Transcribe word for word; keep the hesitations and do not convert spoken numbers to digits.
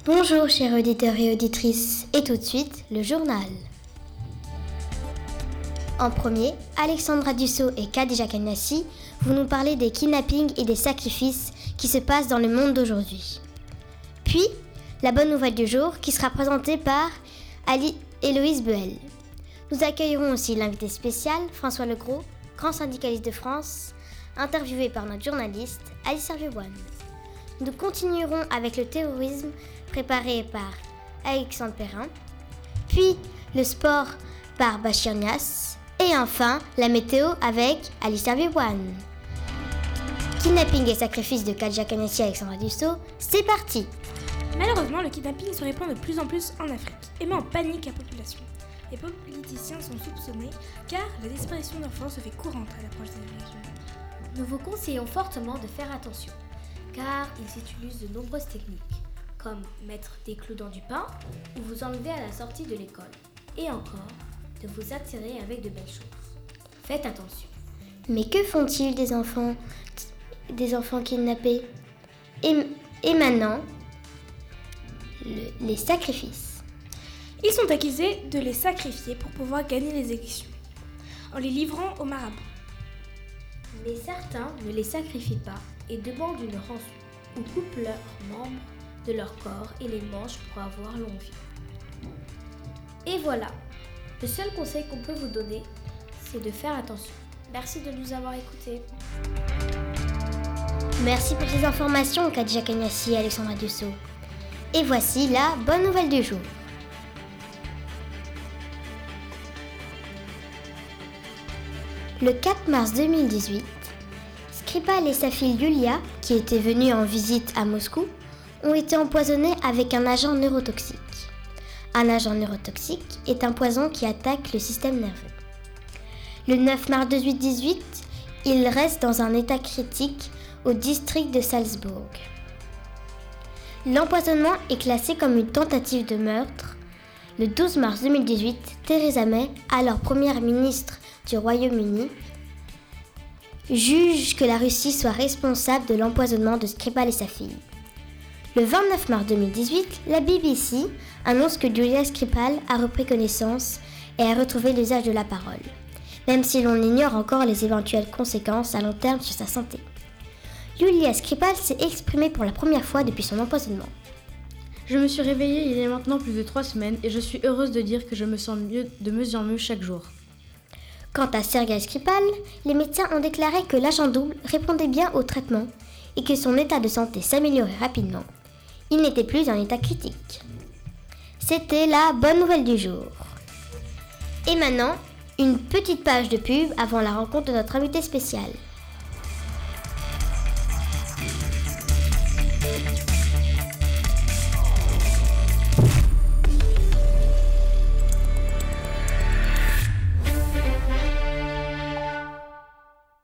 Bonjour chers auditeurs et auditrices, et tout de suite, le journal. En premier, Alexandra Dussault et Khadija Kaniassi vont nous parler des kidnappings et des sacrifices qui se passent dans le monde d'aujourd'hui. Puis, la bonne nouvelle du jour qui sera présentée par Ali Héloïse Buel. Nous accueillerons aussi l'invité spécial, François Legros, grand syndicaliste de France, interviewé par notre journaliste Alice Serviouane. Nous continuerons avec le terrorisme préparé par Alexandre Perrin, puis le sport par Bachir Niasse, et enfin la météo avec Alice Serviouane. Kidnapping et sacrifice de Khadija Kaniassi et Alexandra Dussault, c'est parti! Malheureusement, le kidnapping se répand de plus en plus en Afrique et met en panique la population. Les politiciens sont soupçonnés car la disparition d'enfants se fait courante à l'approche des élections. Nous vous conseillons fortement de faire attention car ils utilisent de nombreuses techniques comme mettre des clous dans du pain ou vous enlever à la sortie de l'école et encore de vous attirer avec de belles choses. Faites attention. Mais que font-ils des enfants, des enfants kidnappés ? Et, et maintenant, le, les sacrifices. Ils sont accusés de les sacrifier pour pouvoir gagner les élections, en les livrant aux marabouts. Mais certains ne les sacrifient pas et demandent une rançon ou coupent leurs membres de leur corps et les mangent pour avoir longue vie. Et voilà, le seul conseil qu'on peut vous donner, c'est de faire attention. Merci de nous avoir écoutés. Merci pour ces informations, Khadija Kaniassi et Alexandra Dussault. Et voici la bonne nouvelle du jour. Le quatre mars deux mille dix-huit, Skripal et sa fille Yulia, qui étaient venues en visite à Moscou, ont été empoisonnés avec un agent neurotoxique. Un agent neurotoxique est un poison qui attaque le système nerveux. Le neuf mars deux mille dix-huit, ils restent dans un état critique au district de Salzbourg. L'empoisonnement est classé comme une tentative de meurtre. Le douze mars deux mille dix-huit, Theresa May, alors première ministre du Royaume-Uni, juge que la Russie soit responsable de l'empoisonnement de Skripal et sa fille. Le vingt-neuf mars deux mille dix-huit, la B B C annonce que Yulia Skripal a repris connaissance et a retrouvé l'usage de la parole, même si l'on ignore encore les éventuelles conséquences à long terme sur sa santé. Yulia Skripal s'est exprimée pour la première fois depuis son empoisonnement. Je me suis réveillée il y a maintenant plus de trois semaines et je suis heureuse de dire que je me sens mieux de mieux en mieux chaque jour. Quant à Sergei Skripal, les médecins ont déclaré que l'agent double répondait bien au traitement et que son état de santé s'améliorait rapidement. Il n'était plus en état critique. C'était la bonne nouvelle du jour. Et maintenant, une petite page de pub avant la rencontre de notre invité spécial.